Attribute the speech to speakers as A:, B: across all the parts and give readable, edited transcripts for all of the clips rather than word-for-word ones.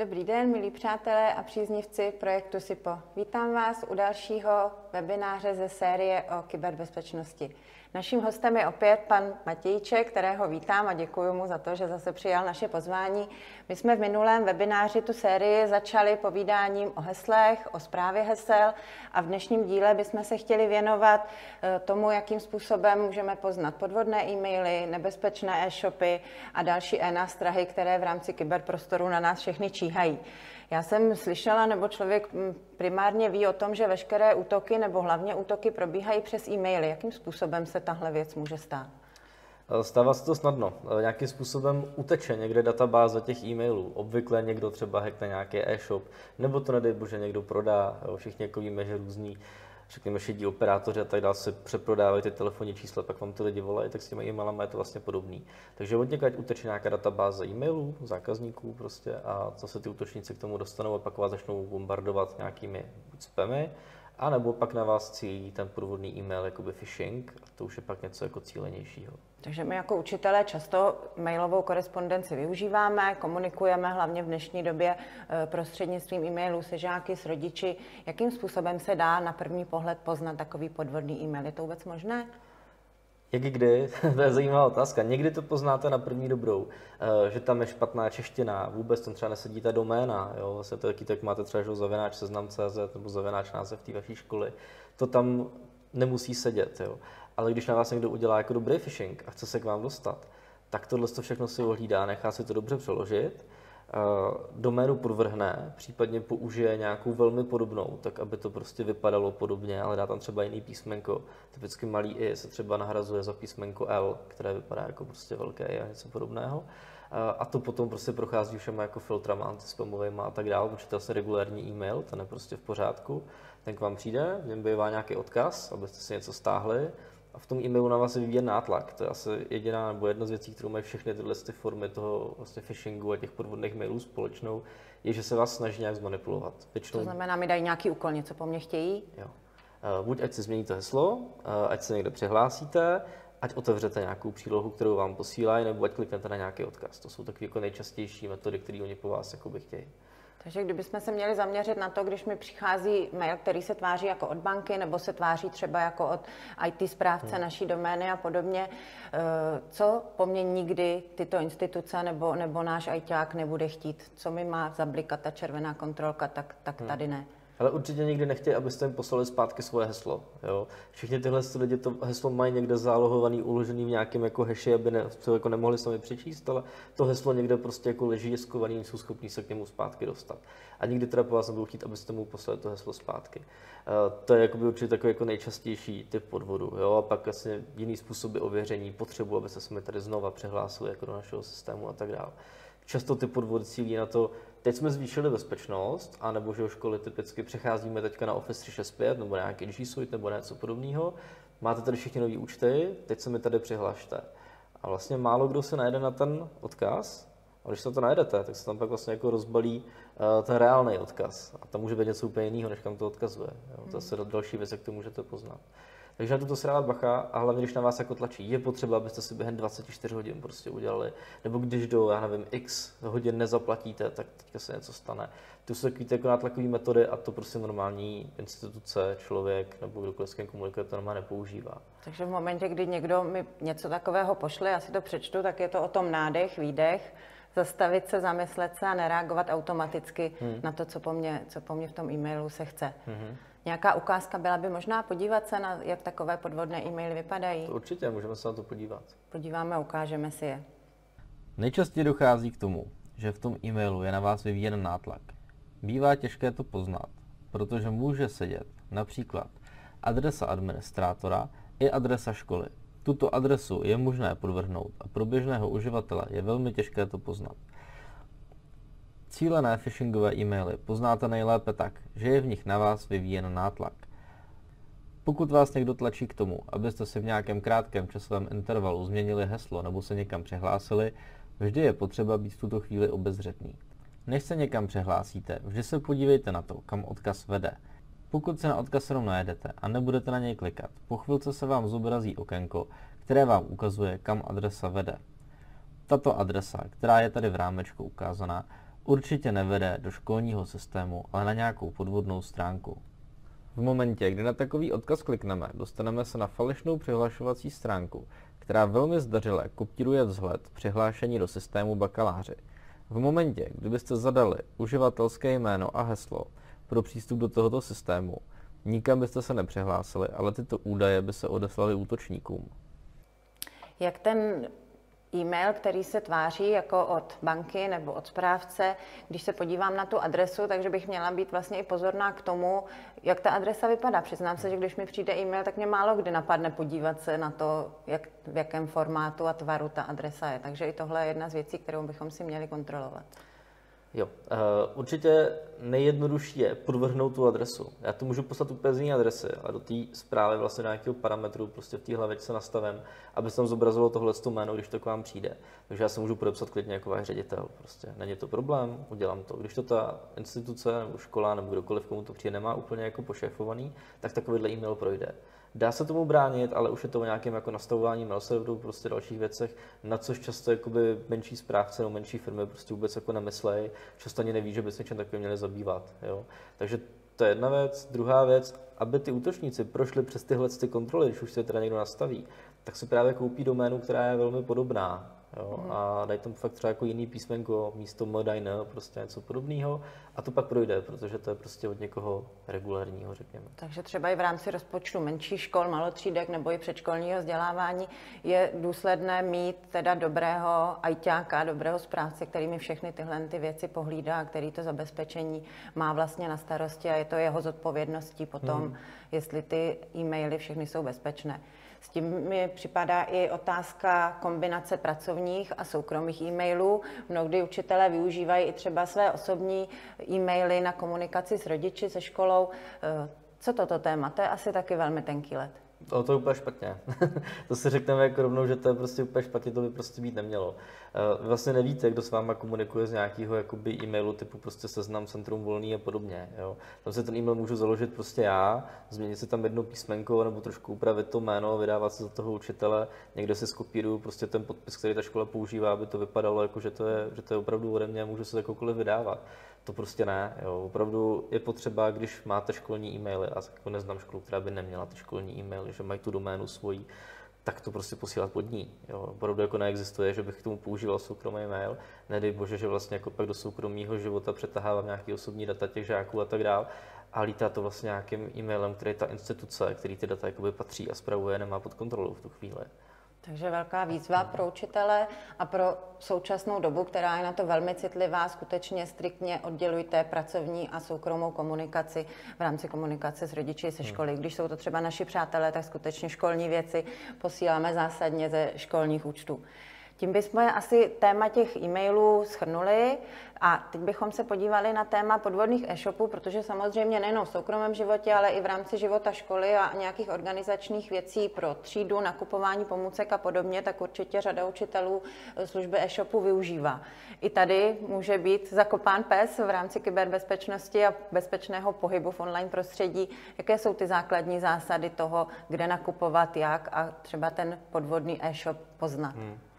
A: Dobrý den, milí přátelé a příznivci projektu SIPO. Vítám vás u dalšího webináře ze série o kyberbezpečnosti. Naším hostem je opět pan Matějček, kterého vítám a děkuji mu za to, že zase přijal naše pozvání. My jsme v minulém webináři tu sérii začali povídáním o heslech, o správě hesel a v dnešním díle bychom se chtěli věnovat tomu, jakým způsobem můžeme poznat podvodné e-maily, nebezpečné e-shopy a další e-nástrahy, které v rámci kyberprostoru na nás všechny číhají. Já jsem slyšela, nebo člověk primárně ví o tom, že veškeré útoky nebo hlavně útoky probíhají přes e-maily. Jakým způsobem se tahle věc může stát?
B: Stává se to snadno. Nějakým způsobem uteče někde databáze těch e-mailů. Obvykle někdo třeba hackne nějaký e-shop, nebo to nedej bože někdo prodá. Všichni jako víme, že různí, řekněme, šedí operátoři a tak dále se přeprodávají ty telefonní čísla, pak vám ty lidi volají, tak s těmi e-mailama je to vlastně podobný. Takže od někaď uteče nějaká databáze e-mailů, zákazníků prostě a zase ty útočníci k tomu dostanou a pak vás začnou bombardovat nějakými spamy, a nebo pak na vás cílí ten podvodný e-mail, jakoby phishing, a to už je pak něco jako cílenějšího.
A: Takže my jako učitelé často mailovou korespondenci využíváme, komunikujeme hlavně v dnešní době prostřednictvím e-mailů se žáky, s rodiči. Jakým způsobem se dá na první pohled poznat takový podvodný e-mail? Je to vůbec možné?
B: Jak i kdy? To je zajímavá otázka. Někdy to poznáte na první dobrou, že tam je špatná čeština, vůbec tam třeba nesedí ta doména, jo? Vlastně to taky tak máte třeba zavináč seznam.cz nebo zavináč název té vaší školy. To tam nemusí sedět, jo? Ale když na vás někdo udělá jako dobrý phishing a chce se k vám dostat, tak tohle všechno si ohlídá, nechá si to dobře přeložit, doménu podvrhne, případně použije nějakou velmi podobnou, tak aby to prostě vypadalo podobně, ale dá tam třeba jiný písmenko. Typicky malý i se třeba nahrazuje za písmenko L, které vypadá jako prostě velké I a něco podobného. A to potom prostě prochází všema jako filtrama, antispamovejma a tak dále. Určitě se regulární e-mail, ten je prostě v pořádku. Ten k vám přijde, v něm bývá nějaký odkaz, abyste si něco stáhli. A v tom e-mailu na vás je vyvíjen nátlak. To je asi jediná nebo jedna z věcí, kterou mají všechny tyhle formy toho vlastně phishingu a těch podvodných mailů společnou, je, že se vás snaží nějak zmanipulovat.
A: To znamená, mi dají nějaký úkol, něco po mně chtějí?
B: Jo. Buď ať si změníte heslo, ať se někde přihlásíte, ať otevřete nějakou přílohu, kterou vám posílají, nebo ať kliknete na nějaký odkaz. To jsou takové jako nejčastější metody, které oni po vás jakoby chtějí.
A: Takže kdybychom se měli zaměřit na to, když mi přichází mail, který se tváří jako od banky, nebo se tváří třeba jako od IT správce naší domény a podobně, co po mně nikdy tyto instituce nebo náš ajťák nebude chtít? Co mi má zablikat ta červená kontrolka, tak tady ne.
B: Ale určitě nikdy nechtějí, abyste jim poslali zpátky svoje heslo. Jo? Všichni tyhle lidi to heslo mají někde zálohovaný, uložený v nějakém jako hashi, aby to jako nemohli sami přečíst, ale to heslo někde prostě jako leží, je skovaný, jsou schopní se k němu zpátky dostat. A nikdy teda po vás nebudou chtít, abyste mu poslali to heslo zpátky. To je jakoby určitě takový jako nejčastější typ podvodu. Jo? A pak vlastně jiný způsoby ověření, potřebu, abyste se mi tady znova přihlásili jako do našeho systému a tak dále. Často ty podvody cílí na to, teď jsme zvýšili bezpečnost, anebo že školy typicky přecházíme teďka na Office 365 nebo nějaký G Suite nebo něco podobného. Máte tady všichni nový účty, teď se mi tady přihlašte. A vlastně málo kdo se najde na ten odkaz, a když se to najdete, tak se tam pak vlastně jako rozbalí ten reálný odkaz. A tam může být něco úplně jiného, než kam to odkazuje. Jo? To je asi další věc, jak to můžete poznat. Takže na to si dávat bacha a hlavně, když na vás jako tlačí, je potřeba, abyste si během 24 hodin prostě udělali, nebo když do, já nevím, x hodin nezaplatíte, tak teďka se něco stane. To jsou takové jako nátlakové metody a to prostě normální instituce, člověk nebo kdokoliv s kým komunikuje, to normálně nepoužívá.
A: Takže v momentě, kdy někdo mi něco takového pošle, já si to přečtu, tak je to o tom nádech, výdech, zastavit se, zamyslet se a nereagovat automaticky na to, co po mně v tom e-mailu se chce. Nějaká ukázka byla by možná podívat se na, jak takové podvodné e-maily vypadají?
B: To určitě, můžeme se na to podívat.
A: Podíváme a ukážeme si je.
C: Nejčastěji dochází k tomu, že v tom e-mailu je na vás vyvíjen nátlak. Bývá těžké to poznat, protože může sedět například adresa administrátora i adresa školy. Tuto adresu je možné podvrhnout a pro běžného uživatele je velmi těžké to poznat. Cílené phishingové e-maily poznáte nejlépe tak, že je v nich na vás vyvíjen nátlak. Pokud vás někdo tlačí k tomu, abyste si v nějakém krátkém časovém intervalu změnili heslo nebo se někam přihlásili, vždy je potřeba být v tuto chvíli obezřetný. Než se někam přihlásíte, vždy se podívejte na to, kam odkaz vede. Pokud se na odkaz jenom najedete a nebudete na něj klikat, po chvilce se vám zobrazí okénko, které vám ukazuje, kam adresa vede. Tato adresa, která je tady v rámečku ukázaná, určitě nevede do školního systému, ale na nějakou podvodnou stránku. V momentě, kdy na takový odkaz klikneme, dostaneme se na falešnou přihlašovací stránku, která velmi zdařile kopíruje vzhled přihlášení do systému bakaláři. V momentě, kdybyste zadali uživatelské jméno a heslo pro přístup do tohoto systému, nikam byste se nepřihlásili, ale tyto údaje by se odeslaly útočníkům.
A: Jak ten e-mail, který se tváří jako od banky nebo od správce, když se podívám na tu adresu, takže bych měla být vlastně i pozorná k tomu, jak ta adresa vypadá. Přiznám se, že když mi přijde e-mail, tak mě málo kdy napadne podívat se na to, v jakém formátu a tvaru ta adresa je. Takže i tohle je jedna z věcí, kterou bychom si měli kontrolovat.
B: Jo, určitě nejjednodušší je podvrhnout tu adresu. Já to můžu poslat úplně z jiné adresy, ale do té zprávy vlastně nějakého parametru prostě v té hlavečce nastavím, aby se tam zobrazilo tohle jméno, když to k vám přijde. Takže já se můžu podepsat klidně jako váš ředitel. Prostě není to problém, udělám to. Když to ta instituce nebo škola nebo kdokoliv, komu to přijde, nemá úplně jako pošéfovaný, tak takovýhle e-mail projde. Dá se tomu bránit, ale už je to o nějakém jako nastavování mail serveru, prostě dalších věcech, na což často jakoby menší správce nebo menší firmy prostě vůbec jako nemyslejí, často ani neví, že by se něčem takovým měli zabývat. Jo? Takže to je jedna věc. Druhá věc, aby ty útočníci prošli přes tyhle kontroly, když už se teda někdo nastaví, tak si právě koupí doménu, která je velmi podobná. Jo? A dají tam fakt třeba jako jiný písmenko místo MDN, prostě něco podobného a to pak projde, protože to je prostě od někoho regulárního, řekněme.
A: Takže třeba i v rámci rozpočtu menších škol, malotřídek nebo i předškolního vzdělávání je důsledné mít teda dobrého ajťáka, dobrého správce, který mi všechny tyhle ty věci pohlídá, který to zabezpečení má vlastně na starosti a je to jeho zodpovědností potom, jestli ty e-maily všechny jsou bezpečné. S tím mi připadá i otázka kombinace pracovních a soukromých e-mailů. Mnohdy učitelé využívají i třeba své osobní e-maily na komunikaci s rodiči, se školou. Co toto téma? To je asi taky velmi tenký led.
B: To je úplně špatně. To si řekneme jako rovnou, že to je prostě úplně špatně, to by prostě být nemělo. Vlastně nevíte, kdo s váma komunikuje z nějakého jakoby e-mailu typu prostě Seznam, Centrum volný a podobně. Jo. Tam se ten e-mail můžu založit prostě já, změnit si tam jedno písmenko nebo trošku upravit to jméno, vydávat se za toho učitele, někde si skopíruju prostě ten podpis, který ta škola používá, aby to vypadalo jako, že to je opravdu ode mě a můžu se jakoukoliv vydávat. To prostě ne. Jo. Opravdu je potřeba, když máte školní e-maily, a jako neznám školu, která by neměla ty školní e-maily, že mají tu doménu svoji, tak to prostě posílat pod ní. Jo. Opravdu jako neexistuje, že bych k tomu používal soukromý mail. Nedej bože, že vlastně jako pak do soukromého života přetahávám nějaký osobní data těch žáků a tak dál. A lítá to vlastně nějakým e-mailem, který ta instituce, který ty data jakoby patří a spravuje, nemá pod kontrolou v tu chvíli.
A: Takže velká výzva pro učitele a pro současnou dobu, která je na to velmi citlivá, skutečně striktně oddělujte pracovní a soukromou komunikaci v rámci komunikace s rodiči se školy. Když jsou to třeba naši přátelé, tak skutečně školní věci posíláme zásadně ze školních účtů. Tím bychom asi téma těch e-mailů shrnuli a teď bychom se podívali na téma podvodných e-shopů, protože samozřejmě nejen v soukromém životě, ale i v rámci života školy a nějakých organizačních věcí pro třídu, nakupování pomůcek a podobně, tak určitě řada učitelů služby e-shopu využívá. I tady může být zakopán pes v rámci kyberbezpečnosti a bezpečného pohybu v online prostředí. Jaké jsou ty základní zásady toho, kde nakupovat, jak a třeba ten podvodný e-shop poznat?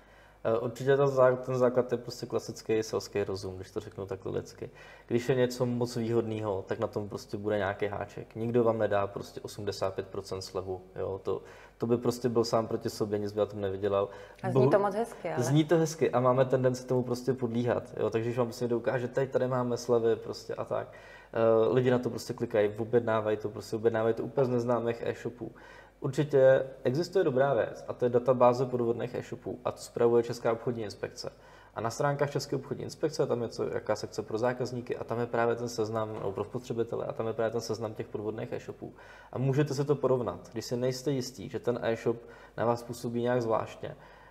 B: Určitě ten základ je prostě klasický selský rozum, když to řeknu takhle lidsky. Když je něco moc výhodného, tak na tom prostě bude nějaký háček. Nikdo vám nedá prostě 85% slevu. Jo? To by prostě byl sám proti sobě, nic by na tom nevydělal.
A: A zní to moc hezky, ale...
B: Zní to hezky a máme tendenci tomu prostě podlíhat. Jo? Takže když vám prostě někdo ukáže, tady máme slevy prostě a tak. Lidi na to prostě klikají, objednávají to úplně z neznámých e-shopů. Určitě existuje dobrá věc a to je databáze podvodných e-shopů a to spravuje Česká obchodní inspekce. A na stránkách České obchodní inspekce tam je jaká sekce pro zákazníky a tam je právě ten seznam, nebo pro spotřebitele a tam je právě ten seznam těch podvodných e-shopů. A můžete se to porovnat, když si nejste jistí, že ten e-shop na vás působí nějak zvláštně.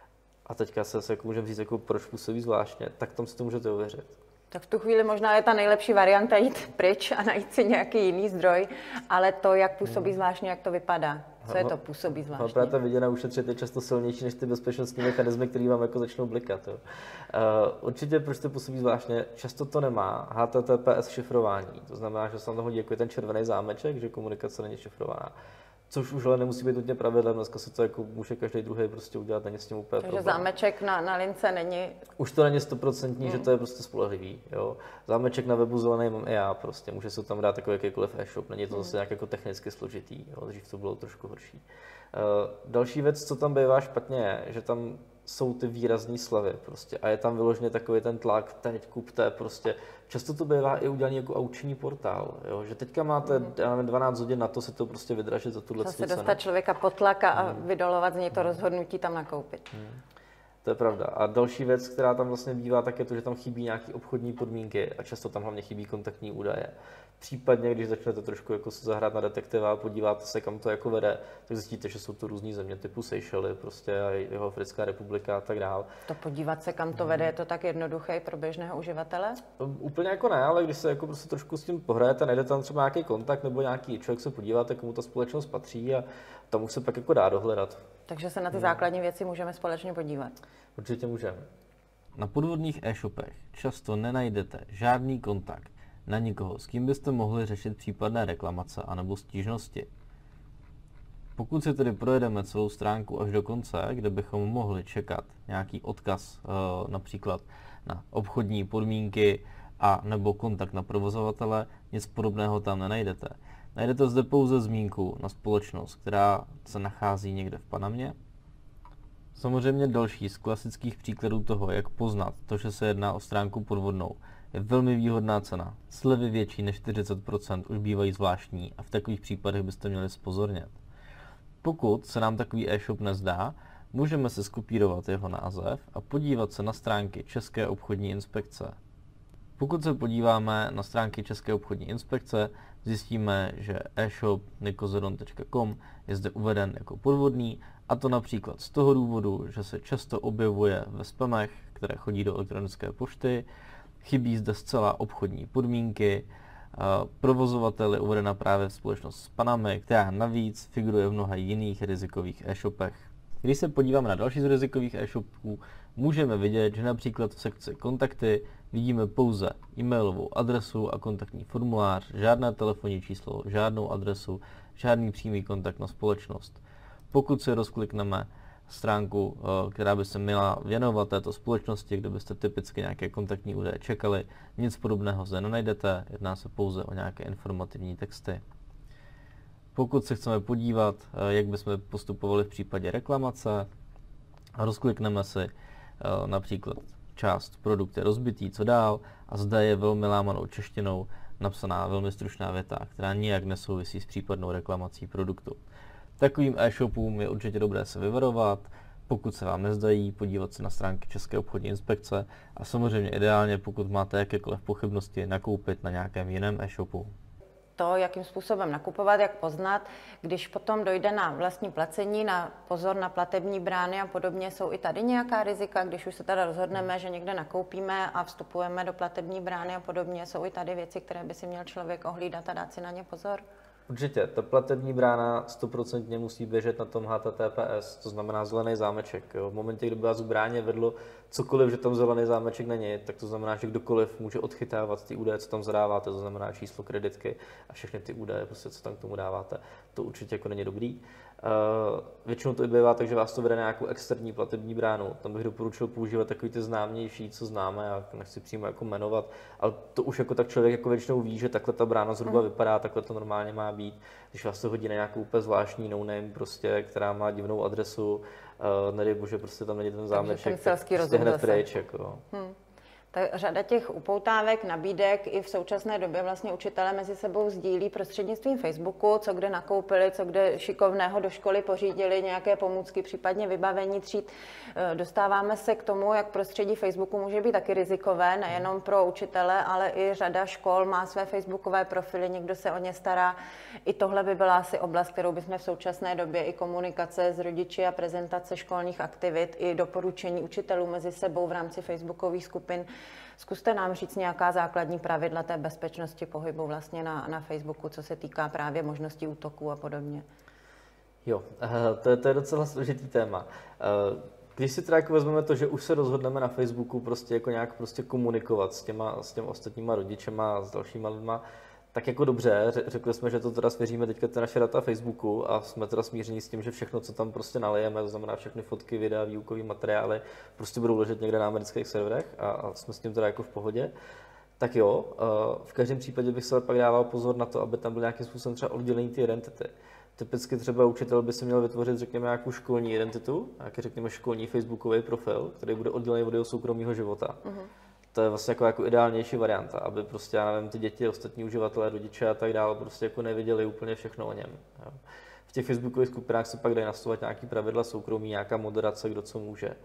B: A teďka se jako můžeme říct, jako proč působí zvláštně, tak tam si to můžete ověřit.
A: Tak v tu chvíli možná je ta nejlepší varianta jít pryč a najít si nějaký jiný zdroj, ale to, jak působí zvláštně, jak to vypadá. Co je to působí zvláštně?
B: Právě ta viděna ušetřit je často silnější než ty bezpečnostní mechanismy, které vám jako začnou blikat. Jo. Určitě, proč to působí zvláštně, často to nemá HTTPS šifrování. To znamená, že se tam hodí jako ten červený zámeček, že komunikace není šifrovaná. Což už ale nemusí být nutně pravidlem, dneska se to jako může každý druhý prostě udělat, není s tím úplně
A: Takže
B: problém.
A: zámeček na lince není...
B: Už to není 100%, že to je prostě spolehlivý. Jo? Zámeček na webu zelený mám i já, prostě může se tam dát takový jakýkoliv e-shop, není to zase nějak jako technicky složitý, jo? Dřív to bylo trošku horší. Další věc, co tam bývá špatně, je, že tam jsou ty výrazné slevy prostě a je tam vyloženě takový ten tlak, teď kupte prostě. Často to bývá i udělaný jako aukční portál, jo? Že teďka máte 12 hodin na to si to prostě vydražit za tuhle cenu.
A: Zase dostat člověka pod tlak a vydolovat z něj to rozhodnutí tam nakoupit.
B: To je pravda. A další věc, která tam vlastně bývá, tak je to, že tam chybí nějaké obchodní podmínky a často tam hlavně chybí kontaktní údaje. Případně, když začnete trošku jako se zahrát na detektiva a podíváte se, kam to jako vede, tak zjistíte, že jsou to různý země typu Seychely, prostě a Jihoafrická republika a tak dál.
A: To podívat se, kam to vede, je to tak jednoduché pro běžného uživatele?
B: Úplně jako ne, ale když se jako prostě trošku s tím pohrajete, najde tam třeba nějaký kontakt nebo nějaký člověk, se podíváte, komu ta společnost patří a tam už se pak jako dá dohledat.
A: Takže se na ty základní věci můžeme společně podívat.
B: Určitě můžeme.
C: Na podvodných e-shopech často nenajdete žádný kontakt na nikoho, s kým byste mohli řešit případné reklamace anebo stížnosti. Pokud si tedy projedeme celou stránku až do konce, kde bychom mohli čekat nějaký odkaz například na obchodní podmínky a nebo kontakt na provozovatele, nic podobného tam nenajdete. Najdete zde pouze zmínku na společnost, která se nachází někde v Panamě. Samozřejmě další z klasických příkladů toho, jak poznat to, že se jedná o stránku podvodnou, je velmi výhodná cena. Slevy větší než 40% už bývají zvláštní a v takových případech byste měli zpozornět. Pokud se nám takový e-shop nezdá, můžeme si skopírovat jeho název a podívat se na stránky České obchodní inspekce. Pokud se podíváme na stránky České obchodní inspekce, zjistíme, že e-shop nikozeron.com je zde uveden jako podvodný, a to například z toho důvodu, že se často objevuje ve spamech, které chodí do elektronické pošty, chybí zde zcela obchodní podmínky, provozovatel je uvedena právě společnost s Panamy, která navíc figuruje v mnoha jiných rizikových e-shopech. Když se podíváme na další z rizikových e-shopů, můžeme vidět, že například v sekci kontakty vidíme pouze e-mailovou adresu a kontaktní formulář, žádné telefonní číslo, žádnou adresu, žádný přímý kontakt na společnost. Pokud si rozklikneme stránku, která by se měla věnovat této společnosti, kde byste typicky nějaké kontaktní údaje čekali, nic podobného zde nenajdete, jedná se pouze o nějaké informativní texty. Pokud se chceme podívat, jak bychom postupovali v případě reklamace, rozklikneme si například část produkt je rozbitý, co dál, a zde je velmi lámanou češtinou napsaná velmi stručná věta, která nijak nesouvisí s případnou reklamací produktu. Takovým e-shopům je určitě dobré se vyvarovat, pokud se vám nezdají, podívat se na stránky České obchodní inspekce a samozřejmě ideálně, pokud máte jakékoliv pochybnosti, nakoupit na nějakém jiném e-shopu.
A: To, jakým způsobem nakupovat, jak poznat, když potom dojde na vlastní placení, na pozor na platební brány a podobně, jsou i tady nějaká rizika, když už se teda rozhodneme, že někde nakoupíme a vstupujeme do platební brány a podobně, jsou i tady věci, které by si měl člověk ohlídat a dát si na ně pozor?
B: Určitě, ta platební brána 100% musí běžet na tom HTTPS, to znamená zelený zámeček. Jo. V momentě, kdy by vás v bráně vedlo cokoliv, že tam zelený zámeček není, tak to znamená, že kdokoliv může odchytávat ty údaje, co tam zadáváte, to znamená číslo kreditky a všechny ty údaje, prostě, co tam k tomu dáváte. To určitě jako není dobrý. Většinou to i bývá tak, že vás to vede na nějakou externí platební bránu. Tam bych doporučil používat takový ty známější, co známe, já nechci přímo jako jmenovat, ale to už jako tak člověk jako většinou ví, že takhle ta brána zhruba vypadá, takhle to normálně má být. Když vás to hodí na nějakou úplně zvláštní no-name, prostě, která má divnou adresu, nedej bože, prostě tam není ten zámeček, tak prostě hned pryč. Jako.
A: Tak řada těch upoutávek, nabídek i v současné době vlastně učitelé mezi sebou sdílí prostřednictvím Facebooku, co kde nakoupili, co kde šikovného do školy pořídili, nějaké pomůcky, případně vybavení tříd. Dostáváme se k tomu, jak prostředí Facebooku může být taky rizikové, nejenom pro učitele, ale i řada škol má své facebookové profily, někdo se o ně stará. I tohle by byla asi oblast, kterou bychom v současné době i komunikace s rodiči a prezentace školních aktivit, i doporučení učitelů mezi sebou v rámci facebookových skupin. Zkuste nám říct nějaká základní pravidla té bezpečnosti pohybu vlastně na Facebooku, co se týká právě možností útoků a podobně.
B: Jo, to je docela složitý téma. Když si teda jako vezmeme to, že už se rozhodneme na Facebooku prostě jako nějak prostě komunikovat s těma ostatníma rodičema, s dalšíma lidma, Tak jako dobře, řekli jsme, že to teda svěříme teďka ty naše data Facebooku a jsme teda smíření s tím, že všechno, co tam prostě nalijeme, to znamená všechny fotky, videa, výukové materiály, prostě budou ležet někde na amerických serverech a jsme s tím teda jako v pohodě. Tak jo, v každém případě bych se pak dával pozor na to, aby tam byl nějakým způsobem třeba oddělení ty identity. Typicky třeba učitel by si měl vytvořit, řekněme, nějakou školní identitu, nějaký, řekněme, školní facebookový profil, který bude oddělený od jeho soukromého života. To je vlastně jako ideálnější varianta, aby prostě, já nevím, ty děti, ostatní uživatelé, rodiče a tak dále prostě jako neviděli úplně všechno o něm. Jo. V těch facebookových skupinách se pak dají nastavovat nějaký pravidla soukromí, nějaká moderace, kdo co může.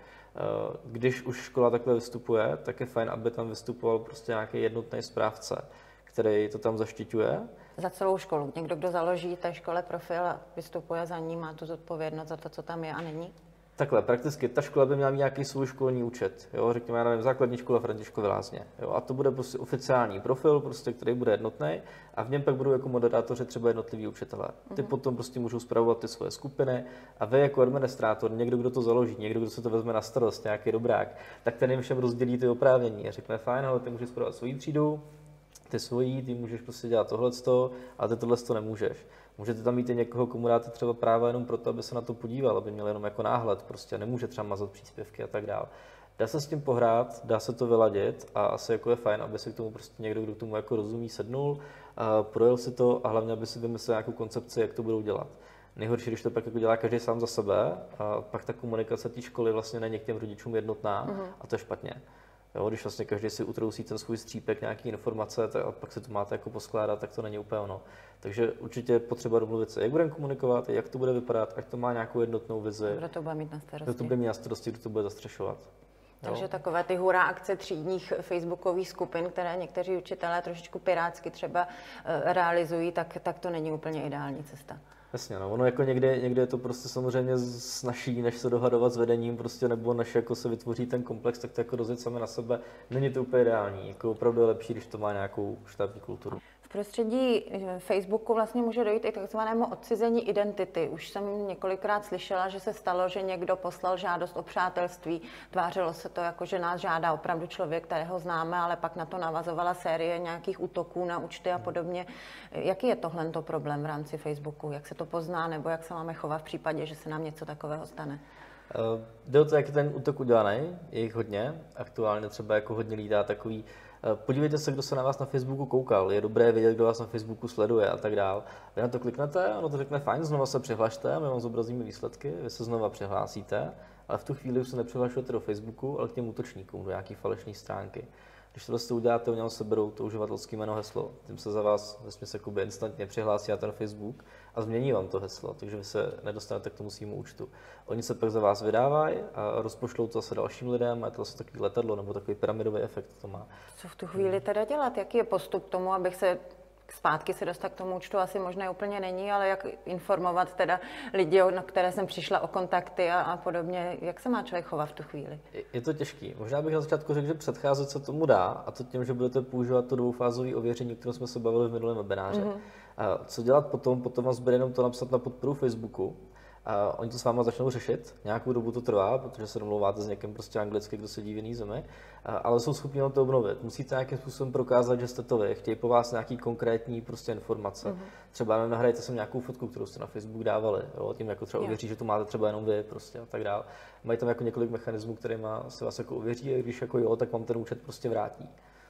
B: Když už škola takhle vystupuje, tak je fajn, aby tam vystupoval prostě nějaký jednotný správce, který to tam zaštiťuje.
A: Za celou školu. Někdo, kdo založí té škole profil a vystupuje za ní, má tu zodpovědnost za to, co tam je a není?
B: Takhle, prakticky ta škola by měla mít nějaký svůj školní účet, jo, řekněme, já nevím, základní škola Františkovy Lázně, jo, a to bude prostě oficiální profil, prostě, který bude jednotný a v něm pak budou jako moderátoři třeba jednotliví učitelé. Ty potom prostě můžou spravovat ty svoje skupiny a vy jako administrátor, někdo, kdo to založí, někdo, kdo se to vezme na starost, nějaký dobrák, tak ten jim všem rozdělí ty oprávnění a řekne, fajn, ale ty můžeš spravovat svoji třídu, ty svojí, ty můžeš prostě dělat tohleto, ale ty tohleto nemůžeš. Můžete tam mít i někoho, komu dáte třeba práva jenom proto, aby se na to podíval, aby měl jenom jako náhled, prostě nemůže třeba mazat příspěvky a tak dále. Dá se s tím pohrát, dá se to vyladit a asi jako je fajn, aby se k tomu prostě někdo, kdo k tomu jako rozumí, sednul, projel si to a hlavně, aby si vymyslel nějakou koncepci, jak to budou dělat. Nejhorší, když to pak jako dělá každý sám za sebe, a pak ta komunikace té školy vlastně není k těm rodičům jednotná a to je špatně. Jo, když vlastně každý si utrousí ten svůj střípek, nějaké informace a pak si to máte jako poskládat, tak to není úplně ono. Takže určitě je potřeba domluvit se, jak budeme komunikovat, jak to bude vypadat, ať to má nějakou jednotnou vizi.
A: Kdo to bude mít na starosti?
B: Kdo to bude mít na starosti, kdo to bude zastřešovat.
A: Takže takové ty hurá akce třídních facebookových skupin, které někteří učitelé trošičku pirátsky třeba realizují, tak to není úplně ideální cesta.
B: Jasně, no. Ono jako někdy je to prostě samozřejmě snažší, než se dohadovat s vedením, prostě, nebo než jako se vytvoří ten komplex, tak to jako rozjet sami na sebe. Není to úplně ideální, jako opravdu je lepší, když to má nějakou štábní kulturu.
A: V prostředí Facebooku vlastně může dojít i k takzvanému odcizení identity. Už jsem několikrát slyšela, že se stalo, že někdo poslal žádost o přátelství. Tvářilo se to jako, že nás žádá opravdu člověk, kterého známe, ale pak na to navazovala série nějakých útoků na účty a podobně. Jaký je tohle problém v rámci Facebooku? Jak se to pozná, nebo jak se máme chovat v případě, že se nám něco takového stane?
B: Jde o to, jak je ten útok udělaný, je jich hodně. Aktuálně třeba jako hodně lítá takový. Podívejte se, kdo se na vás na Facebooku koukal, je dobré vědět, kdo vás na Facebooku sleduje a tak dál. Vy na to kliknete, ono to řekne fajn, znova se přihlašte, my vám zobrazíme výsledky, vy se znova přihlásíte, ale v tu chvíli už se nepřihlašujete do Facebooku, ale k těm útočníkům, do nějaké falešné stránky. Když to vlastně uděláte, oni se berou to uživatelské jméno heslo, tím se za vás vesměs jakoby instantně přihlásí na ten Facebook a změní vám to heslo, takže vy se nedostanete k tomu svému účtu. Oni se pak za vás vydávají a rozpošlou to zase dalším lidem a je to vlastně takový letadlo nebo takový pyramidový efekt to má.
A: Co v tu chvíli teda dělat? Jaký je postup k tomu, abych se zpátky se dostat k tomu účtu, asi možné úplně není, ale jak informovat teda lidi, na které jsem přišla o kontakty a podobně, jak se má člověk chovat v tu chvíli?
B: Je to těžký. Možná bych na začátku řekl, že předcházet se tomu dá, a to tím, že budete používat to dvoufázové ověření, o kterém jsme se bavili v minulém webináři. A co dělat potom? Potom vás bude jenom to napsat na podporu Facebooku. A oni to s váma začnou řešit, nějakou dobu to trvá, protože se domlouváte s někým prostě anglicky, kdo sedí v jiný zemi, ale jsou schopni vám to obnovit. Musíte nějakým způsobem prokázat, že jste to vy, chtějí po vás nějaký konkrétní prostě informace. Třeba nahrajte sem nějakou fotku, kterou jste na Facebook dávali, jo, tím jako třeba ověří, že to máte třeba jenom vy prostě a tak dále. Mají tam jako několik mechanismů, kterými se vás jako ověří, a když jako jo, tak vám ten účet prostě vrátí.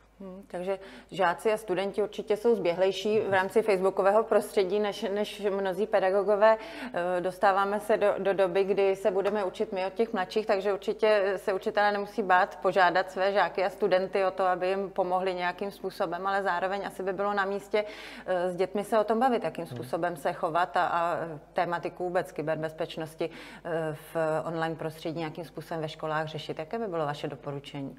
A: Takže žáci a studenti určitě jsou zběhlejší v rámci facebookového prostředí než mnozí pedagogové. Dostáváme se do doby, kdy se budeme učit my od těch mladších, takže určitě se učitelé nemusí bát požádat své žáky a studenty o to, aby jim pomohli nějakým způsobem, ale zároveň asi by bylo na místě s dětmi se o tom bavit, jakým způsobem se chovat a tématiku vůbec kyberbezpečnosti v online prostředí nějakým způsobem ve školách řešit. Jaké by bylo vaše doporučení?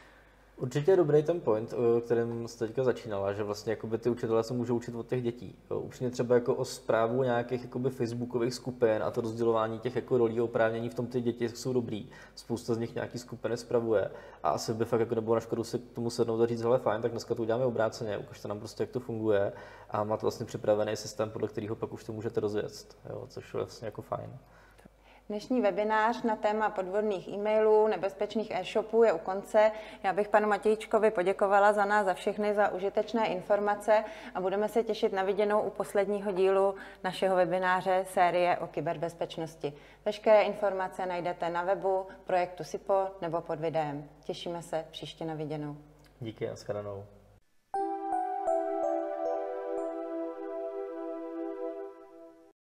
B: Určitě je dobrý ten point, o kterém jste teďka začínala, že vlastně jakoby ty učitelé se můžou učit od těch dětí. Upřímně třeba jako o správu nějakých jakoby facebookových skupin a to rozdělování těch jako rolí a oprávnění v tom ty děti jsou dobrý. Spousta z nich nějaký skupiny spravuje a asi by fakt jako nebylo na škodu si k tomu sednout a říct, hele fajn, tak dneska to uděláme obráceně, ukažte nám prostě, jak to funguje a máte vlastně připravený systém, podle kterého pak už to můžete rozjet, jo, což je vlastně jako fajn.
A: Dnešní webinář na téma podvodných e-mailů, nebezpečných e-shopů je u konce. Já bych panu Matějčkovi poděkovala za nás, za všechny, za užitečné informace a budeme se těšit na viděnou u posledního dílu našeho webináře série o kyberbezpečnosti. Veškeré informace najdete na webu projektu SIPO nebo pod videem. Těšíme se příště na viděnou.
B: Díky a shledanou.